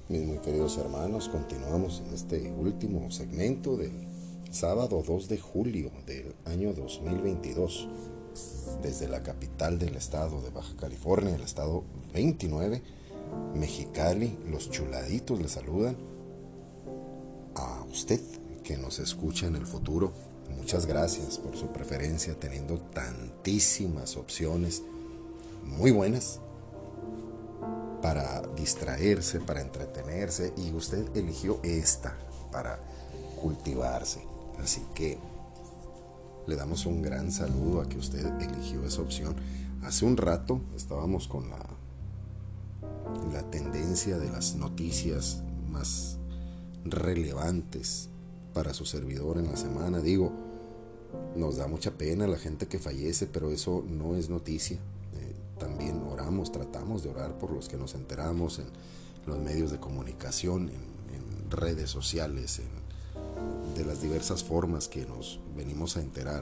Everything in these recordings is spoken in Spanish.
Mis muy queridos hermanos, continuamos en este último segmento del sábado 2 de julio del año 2022, desde la capital del estado de Baja California, el estado 29, Mexicali. Los chuladitos le saludan a usted que nos escucha en el futuro. Muchas gracias por su preferencia, teniendo tantísimas opciones muy buenas para distraerse, para entretenerse, y usted eligió esta para cultivarse. Así que le damos un gran saludo a que usted eligió esa opción. Hace un rato estábamos con la tendencia de las noticias más relevantes para su servidor en la semana. Digo, nos da mucha pena la gente que fallece, pero eso no es noticia. También oramos, tratamos de orar por los que nos enteramos en los medios de comunicación, en redes sociales, de las diversas formas que nos venimos a enterar.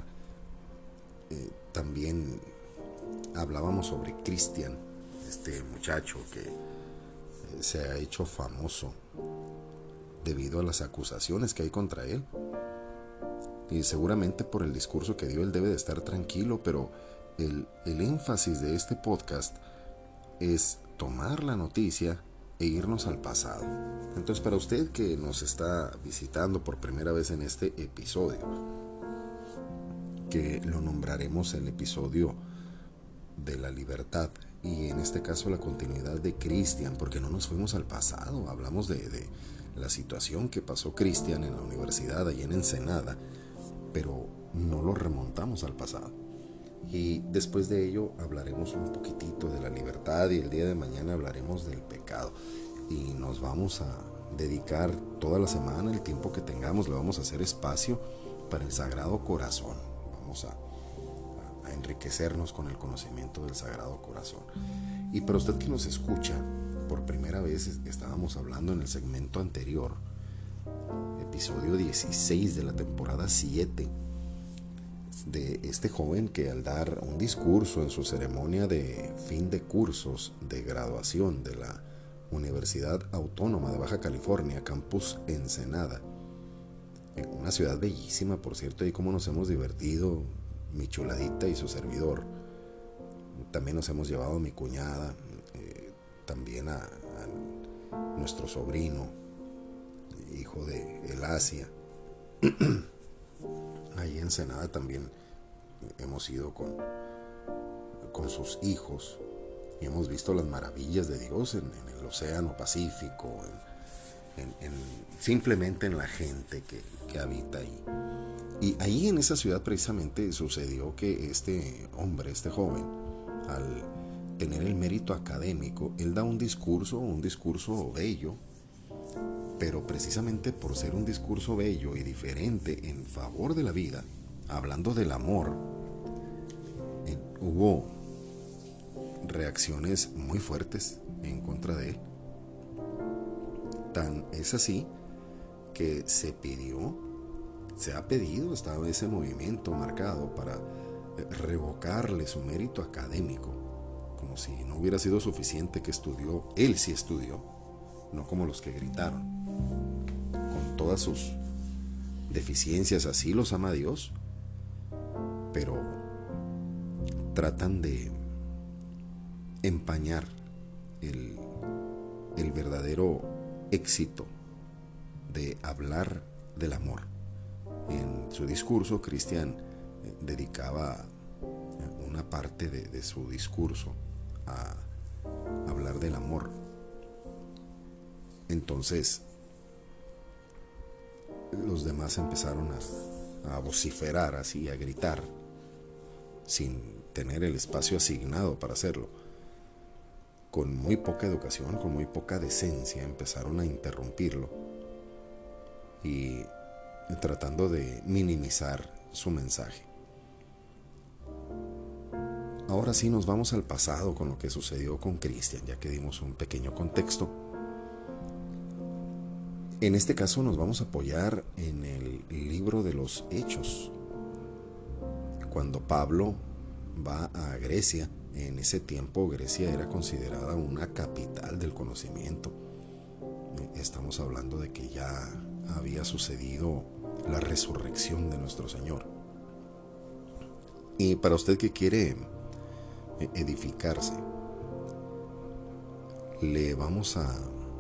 También hablábamos sobre Cristian, este muchacho que se ha hecho famoso debido a las acusaciones que hay contra él. Y seguramente por el discurso que dio él debe de estar tranquilo, pero el énfasis de este podcast es tomar la noticia e irnos al pasado. Entonces, para usted que nos está visitando por primera vez en este episodio, que lo nombraremos el episodio de la libertad, y en este caso la continuidad de Cristian, porque no nos fuimos al pasado, hablamos de la situación que pasó Cristian en la universidad allí en Ensenada, pero no lo remontamos al pasado. Y después de ello hablaremos un poquitito de la libertad, y el día de mañana hablaremos del pecado. Y nos vamos a dedicar toda la semana, el tiempo que tengamos, le vamos a hacer espacio para el Sagrado Corazón. Vamos a enriquecernos con el conocimiento del Sagrado Corazón. Y para usted que nos escucha por primera vez, estábamos hablando en el segmento anterior, episodio 16 de la temporada 7, de este joven que al dar un discurso en su ceremonia de fin de cursos de graduación de la Universidad Autónoma de Baja California, Campus Ensenada, en una ciudad bellísima, por cierto, y cómo nos hemos divertido, mi chuladita y su servidor. También nos hemos llevado a mi cuñada, también a nuestro sobrino, hijo de Elasia. Ahí en Ensenada también hemos ido con sus hijos y hemos visto las maravillas de Dios en el océano Pacífico, simplemente en la gente que habita ahí. Y ahí en esa ciudad precisamente sucedió que este hombre, este joven, al tener el mérito académico, él da un discurso bello, pero precisamente por ser un discurso bello y diferente en favor de la vida, hablando del amor, hubo reacciones muy fuertes en contra de él. Tan es así que se ha pedido, estaba ese movimiento marcado para revocarle su mérito académico, como si no hubiera sido suficiente que estudió. Él sí estudió, no como los que gritaron. Con todas sus deficiencias, así los ama Dios, pero tratan de empañar el verdadero éxito de hablar del amor. En su discurso, Cristian dedicaba una parte de su discurso a hablar del amor. Entonces los demás empezaron a vociferar así, a gritar, sin tener el espacio asignado para hacerlo. Con muy poca educación, con muy poca decencia, empezaron a interrumpirlo y tratando de minimizar su mensaje. Ahora sí nos vamos al pasado con lo que sucedió con Cristian, ya que dimos un pequeño contexto. En este caso nos vamos a apoyar en el libro de los Hechos. Cuando Pablo va a Grecia, en ese tiempo Grecia era considerada una capital del conocimiento. Estamos hablando de que ya había sucedido la resurrección de nuestro Señor. Y para usted que quiere edificarse, le vamos a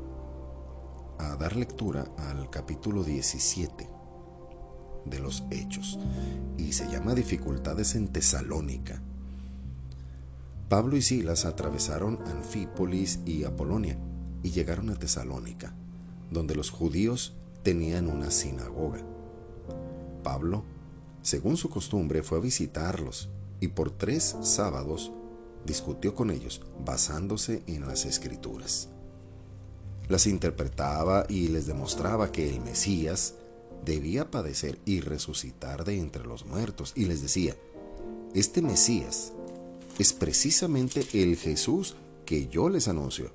dar lectura al capítulo 17 de los Hechos, y se llama Dificultades en Tesalónica. Pablo y Silas atravesaron Anfípolis y Apolonia y llegaron a Tesalónica, donde los judíos tenían una sinagoga. Pablo, según su costumbre, fue a visitarlos y por 3 sábados discutió con ellos basándose en las Escrituras. Las interpretaba y les demostraba que el Mesías debía padecer y resucitar de entre los muertos, y les decía: este Mesías es precisamente el Jesús que yo les anuncio.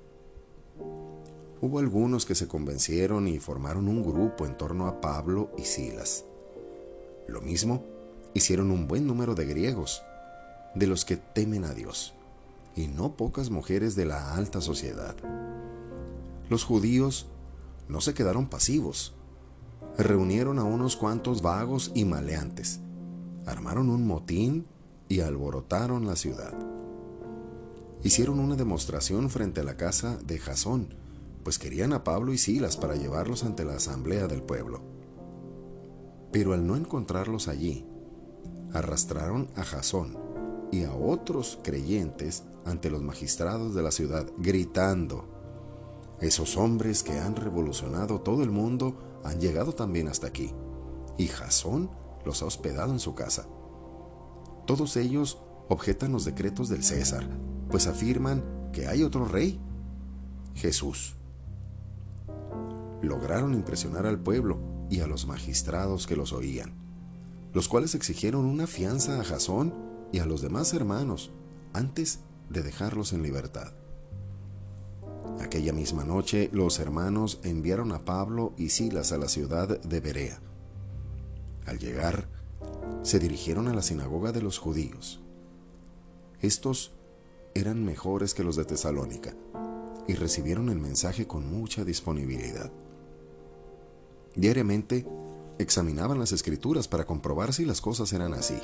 Hubo algunos que se convencieron y formaron un grupo en torno a Pablo y Silas. Lo mismo hicieron un buen número de griegos, de los que temen a Dios, y no pocas mujeres de la alta sociedad. Los judíos no se quedaron pasivos. Reunieron a unos cuantos vagos y maleantes, armaron un motín y alborotaron la ciudad. Hicieron una demostración frente a la casa de Jasón, pues querían a Pablo y Silas para llevarlos ante la asamblea del pueblo. Pero al no encontrarlos allí, arrastraron a Jasón y a otros creyentes ante los magistrados de la ciudad, gritando: esos hombres que han revolucionado todo el mundo han llegado también hasta aquí, y Jasón los ha hospedado en su casa. Todos ellos objetan los decretos del César, pues afirman que hay otro rey, Jesús. Lograron impresionar al pueblo y a los magistrados que los oían, los cuales exigieron una fianza a Jasón y a los demás hermanos antes de dejarlos en libertad. Aquella misma noche, los hermanos enviaron a Pablo y Silas a la ciudad de Berea. Al llegar, se dirigieron a la sinagoga de los judíos. Estos eran mejores que los de Tesalónica y recibieron el mensaje con mucha disponibilidad. Diariamente examinaban las Escrituras para comprobar si las cosas eran así.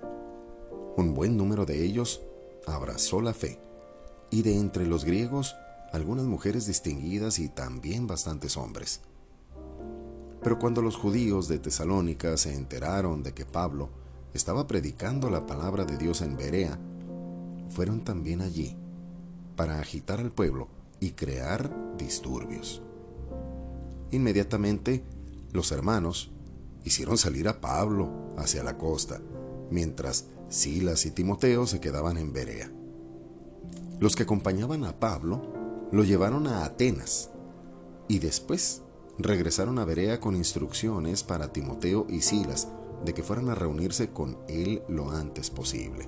Un buen número de ellos abrazó la fe, y de entre los griegos algunas mujeres distinguidas y también bastantes hombres. Pero cuando los judíos de Tesalónica se enteraron de que Pablo estaba predicando la palabra de Dios en Berea, fueron también allí para agitar al pueblo y crear disturbios. Inmediatamente, los hermanos hicieron salir a Pablo hacia la costa, mientras Silas y Timoteo se quedaban en Berea. Los que acompañaban a Pablo lo llevaron a Atenas y después regresaron a Berea con instrucciones para Timoteo y Silas de que fueran a reunirse con él lo antes posible.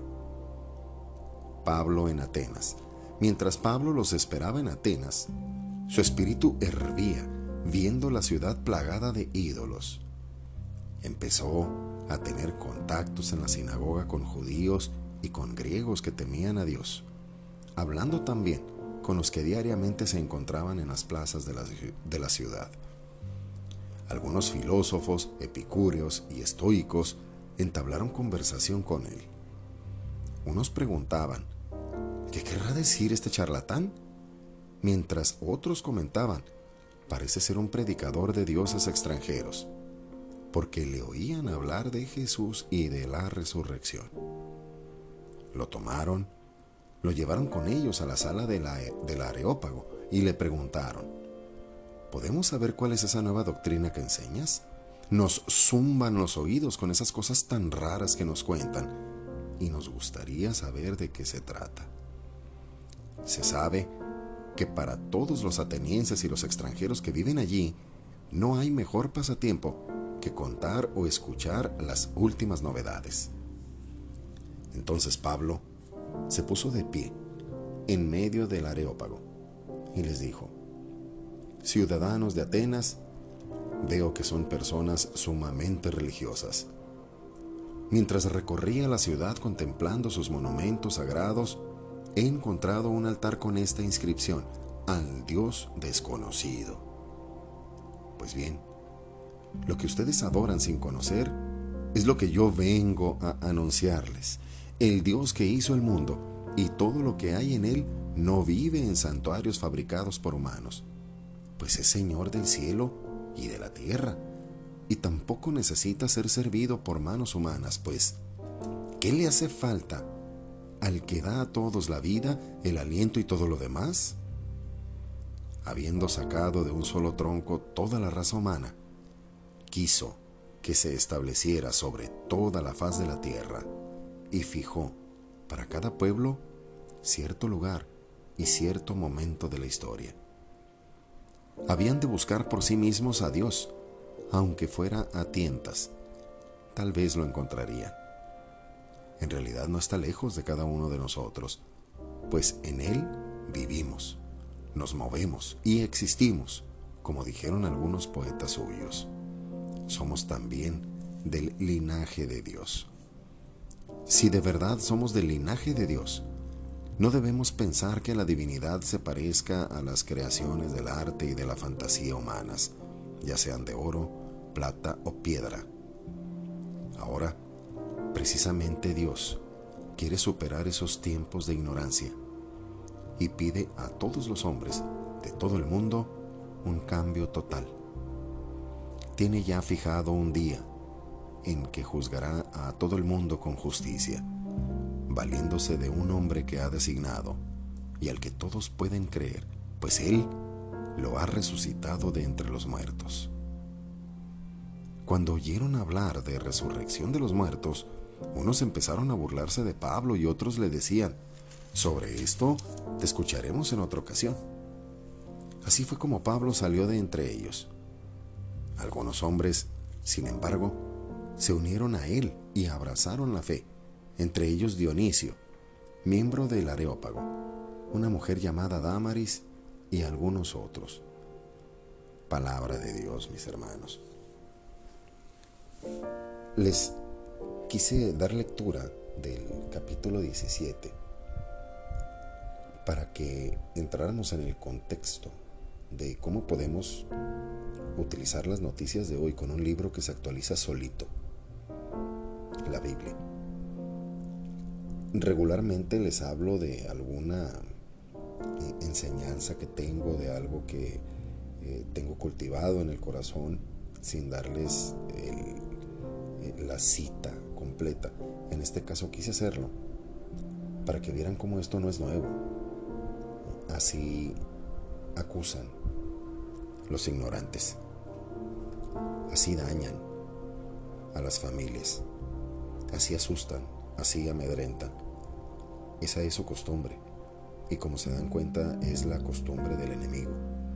Pablo en Atenas. Mientras Pablo los esperaba en Atenas, su espíritu hervía viendo la ciudad plagada de ídolos. Empezó a tener contactos en la sinagoga con judíos y con griegos que temían a Dios, hablando también con los que diariamente se encontraban en las plazas de la ciudad. Algunos filósofos, epicúreos y estoicos entablaron conversación con él. Unos preguntaban: ¿qué querrá decir este charlatán? Mientras otros comentaban: parece ser un predicador de dioses extranjeros, porque le oían hablar de Jesús y de la resurrección. Lo tomaron, lo llevaron con ellos a la sala del Areópago y le preguntaron: ¿podemos saber cuál es esa nueva doctrina que enseñas? Nos zumban los oídos con esas cosas tan raras que nos cuentan y nos gustaría saber de qué se trata. Se sabe que para todos los atenienses y los extranjeros que viven allí, no hay mejor pasatiempo que contar o escuchar las últimas novedades. Entonces Pablo se puso de pie en medio del Areópago y les dijo: ciudadanos de Atenas, veo que son personas sumamente religiosas. Mientras recorría la ciudad contemplando sus monumentos sagrados, he encontrado un altar con esta inscripción: al Dios desconocido. Pues bien, lo que ustedes adoran sin conocer es lo que yo vengo a anunciarles. El Dios que hizo el mundo y todo lo que hay en él no vive en santuarios fabricados por humanos, pues es Señor del cielo y de la tierra, y tampoco necesita ser servido por manos humanas, pues ¿qué le hace falta al que da a todos la vida, el aliento y todo lo demás? Habiendo sacado de un solo tronco toda la raza humana, quiso que se estableciera sobre toda la faz de la tierra y fijó para cada pueblo cierto lugar y cierto momento de la historia. Habían de buscar por sí mismos a Dios, aunque fuera a tientas. Tal vez lo encontrarían. En realidad no está lejos de cada uno de nosotros, pues en Él vivimos, nos movemos y existimos, como dijeron algunos poetas suyos. Somos también del linaje de Dios. Si de verdad somos del linaje de Dios, no debemos pensar que la divinidad se parezca a las creaciones del arte y de la fantasía humanas, ya sean de oro, plata o piedra. Ahora, precisamente Dios quiere superar esos tiempos de ignorancia y pide a todos los hombres de todo el mundo un cambio total. Tiene ya fijado un día en que juzgará a todo el mundo con justicia, valiéndose de un hombre que ha designado y al que todos pueden creer, pues Él lo ha resucitado de entre los muertos. Cuando oyeron hablar de resurrección de los muertos, unos empezaron a burlarse de Pablo y otros le decían: sobre esto te escucharemos en otra ocasión. Así fue como Pablo salió de entre ellos. Algunos hombres, sin embargo, se unieron a él y abrazaron la fe, entre ellos Dionisio, miembro del Areópago, una mujer llamada Dámaris y algunos otros. Palabra de Dios, mis hermanos. Les quise dar lectura del capítulo 17 para que entráramos en el contexto de cómo podemos utilizar las noticias de hoy con un libro que se actualiza solito, la Biblia. Regularmente les hablo de alguna enseñanza que tengo, de algo que tengo cultivado en el corazón, sin darles la cita completa. En este caso quise hacerlo para que vieran cómo esto no es nuevo. Así acusan los ignorantes, así dañan a las familias, así asustan, así amedrentan. Esa es su costumbre, y como se dan cuenta, es la costumbre del enemigo.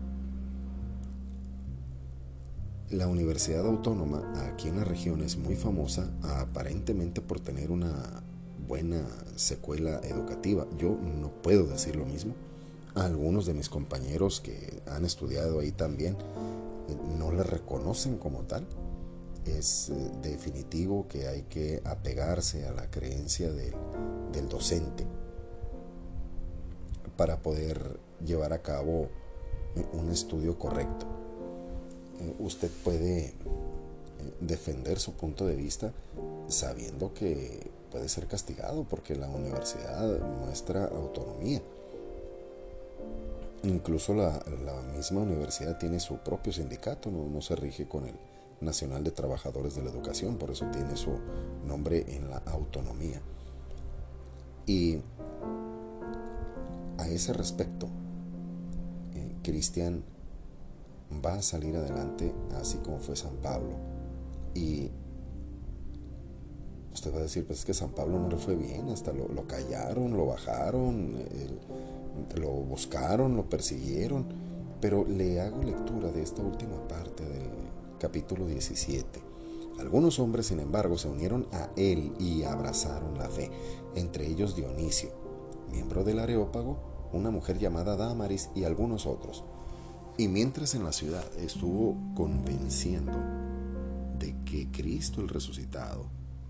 La Universidad Autónoma aquí en la región es muy famosa, aparentemente por tener una buena secuela educativa. Yo no puedo decir lo mismo. Algunos de mis compañeros que han estudiado ahí también no la reconocen como tal. Es definitivo que hay que apegarse a la creencia del docente para poder llevar a cabo un estudio correcto. Usted puede defender su punto de vista sabiendo que puede ser castigado porque la universidad muestra autonomía. Incluso la misma universidad tiene su propio sindicato, no se rige con el Nacional de Trabajadores de la Educación, por eso tiene su nombre en la autonomía. Y a ese respecto, Cristian va a salir adelante así como fue San Pablo. Y usted va a decir, pues es que San Pablo no le fue bien, hasta lo callaron, lo bajaron, lo buscaron, lo persiguieron. Pero le hago lectura de esta última parte del capítulo 17. Algunos hombres, sin embargo, se unieron a él y abrazaron la fe, entre ellos Dionisio, miembro del Areópago, una mujer llamada Dámaris y algunos otros. Y mientras en la ciudad estuvo convenciendo de que Cristo el resucitado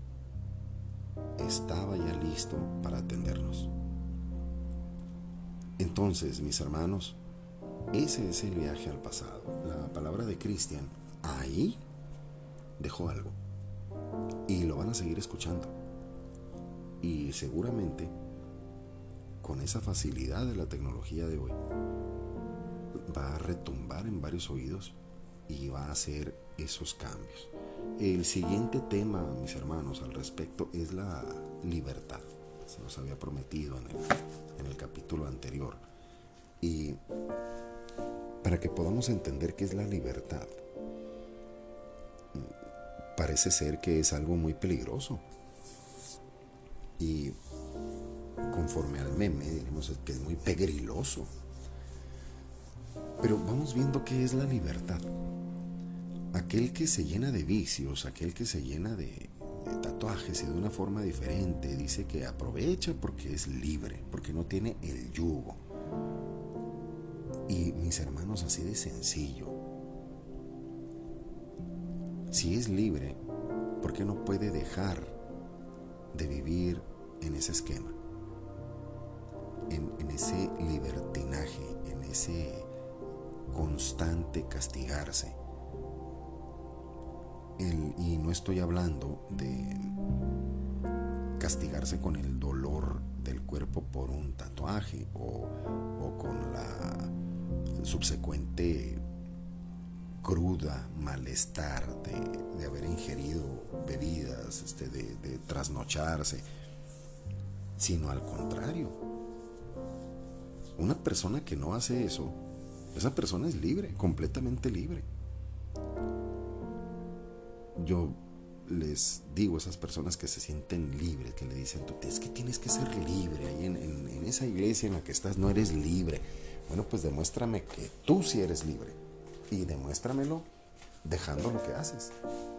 estaba ya listo para atendernos. Entonces, mis hermanos, Ese es el viaje al pasado. La palabra de Christian ahí dejó algo y lo van a seguir escuchando. Y seguramente con esa facilidad de la tecnología de hoy va a retumbar en varios oídos y va a hacer esos cambios. El siguiente tema, mis hermanos, al respecto es la libertad. Se nos había prometido en el capítulo anterior. Y para que podamos entender qué es la libertad, parece ser que es algo muy peligroso. Y conforme al meme, diremos que es muy pegriloso. Pero vamos viendo qué es la libertad. Aquel que se llena de vicios, aquel que se llena de tatuajes y de una forma diferente, dice que aprovecha porque es libre, porque no tiene el yugo. Y mis hermanos, así de sencillo. Si es libre, ¿por qué no puede dejar de vivir en ese esquema? En ese libertinaje, en ese constante castigarse. Y no estoy hablando de castigarse con el dolor del cuerpo por un tatuaje o con la subsecuente cruda malestar de haber ingerido bebidas, de trasnocharse, sino al contrario. Una persona que no hace eso, esa persona es libre, completamente libre. Yo les digo a esas personas que se sienten libres, que le dicen, tú es que tienes que ser libre, ahí en esa iglesia en la que estás no eres libre. Bueno, pues demuéstrame que tú sí eres libre y demuéstramelo dejando lo que haces.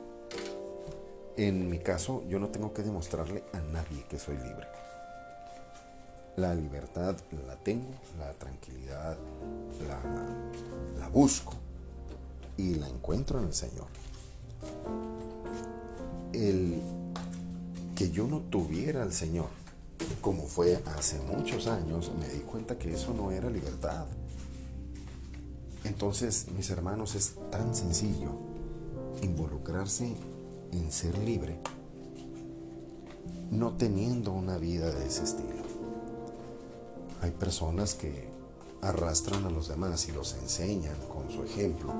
En mi caso, yo no tengo que demostrarle a nadie que soy libre. La libertad la tengo, la tranquilidad la busco y la encuentro en el Señor. El que yo no tuviera al Señor, como fue hace muchos años, me di cuenta que eso no era libertad. Entonces, mis hermanos, es tan sencillo involucrarse en ser libre, no teniendo una vida de ese estilo. Hay personas que arrastran a los demás y los enseñan con su ejemplo.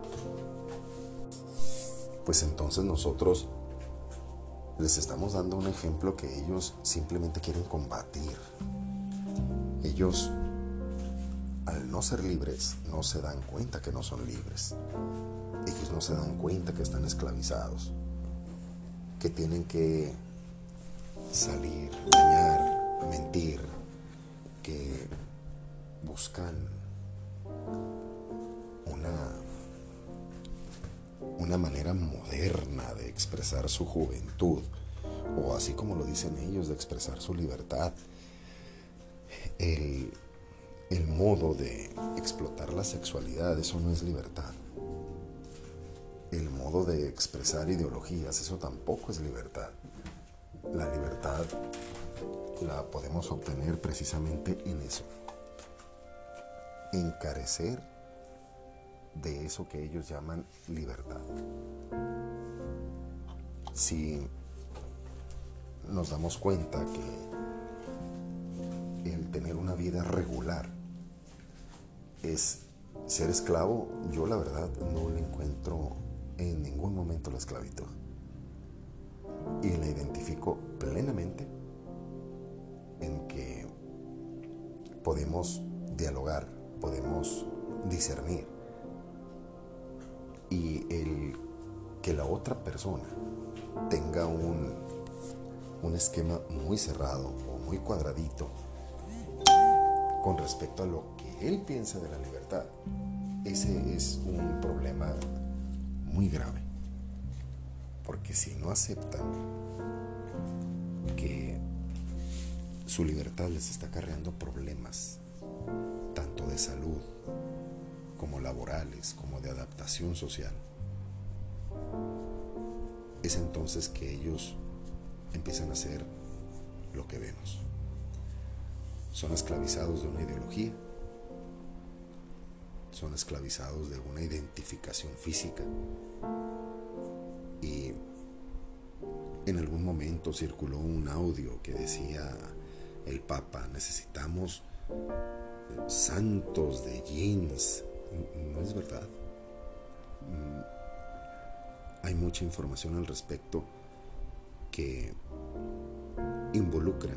Pues entonces nosotros les estamos dando un ejemplo que ellos simplemente quieren combatir. Ellos, al no ser libres, no se dan cuenta que no son libres. Ellos no se dan cuenta que están esclavizados, que tienen que salir, dañar, mentir, que buscan una manera moderna de expresar su juventud, o así como lo dicen ellos, de expresar su libertad. El modo de explotar la sexualidad, eso no es libertad. El modo de expresar ideologías, eso tampoco es libertad. La libertad la podemos obtener precisamente en eso, en carecer de eso que ellos llaman libertad. Si nos damos cuenta que el tener una vida regular es ser esclavo, yo la verdad no le encuentro en ningún momento la esclavitud y la identifico plenamente en que podemos dialogar, podemos discernir, y el que la otra persona tenga un esquema muy cerrado o muy cuadradito con respecto a lo que él piensa de la libertad, ese es un problema muy grave, porque si no aceptan que su libertad les está acarreando problemas tanto de salud como laborales, como de adaptación social, es entonces que ellos empiezan a hacer lo que vemos. Son esclavizados de una ideología son esclavizados de una identificación física. Y en algún momento circuló un audio que decía el Papa: necesitamos santos de jeans. No es verdad. Hay mucha información al respecto que involucra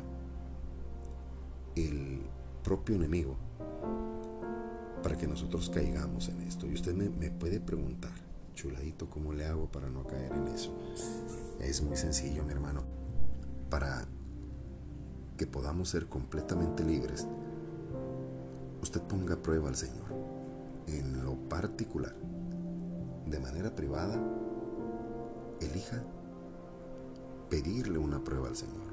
el propio enemigo para que nosotros caigamos en esto. Y usted me puede preguntar: chuladito, ¿cómo le hago para no caer en eso? Es muy sencillo, mi hermano. Para que podamos ser completamente libres, usted ponga a prueba al Señor en lo particular, de manera privada. Elija pedirle una prueba al Señor.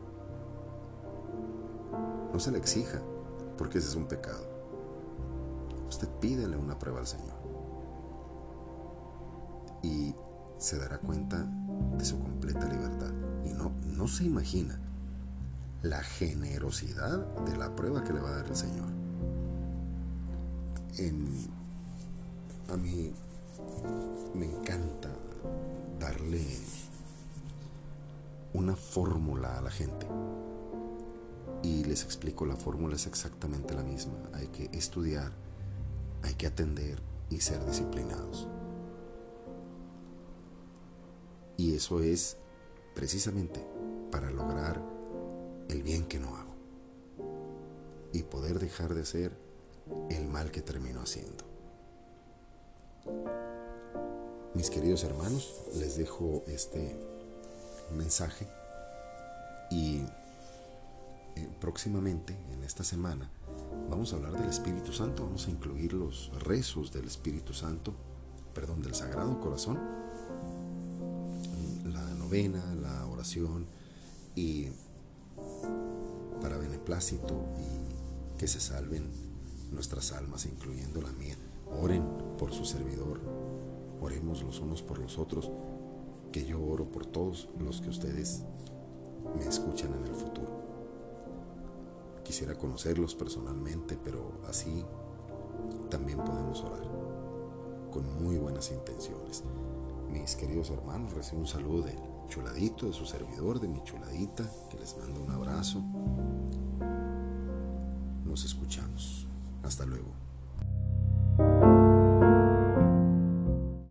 No se le exija, porque ese es un pecado. Usted pídele una prueba al Señor y se dará cuenta de su completa libertad. Y no se imagina la generosidad de la prueba que le va a dar el Señor. A mí me encanta darle una fórmula a la gente, y les explico: la fórmula es exactamente la misma. Hay que estudiar, hay que atender y ser disciplinados. Y eso es precisamente para lograr el bien que no hago y poder dejar de hacer el mal que termino haciendo. Mis queridos hermanos, les dejo este mensaje y próximamente, en esta semana, vamos a hablar del Espíritu Santo. Vamos a incluir los rezos del Espíritu Santo, del Sagrado Corazón, la novena, la oración, y para beneplácito y que se salven nuestras almas, incluyendo la mía. Oren por su servidor, oremos los unos por los otros, que yo oro por todos los que ustedes me escuchan en el futuro. Quisiera conocerlos personalmente, pero así también podemos orar con muy buenas intenciones. Mis queridos hermanos, recibo un saludo del chuladito, de su servidor, de mi chuladita, que les mando un abrazo. Nos escuchamos. Hasta luego.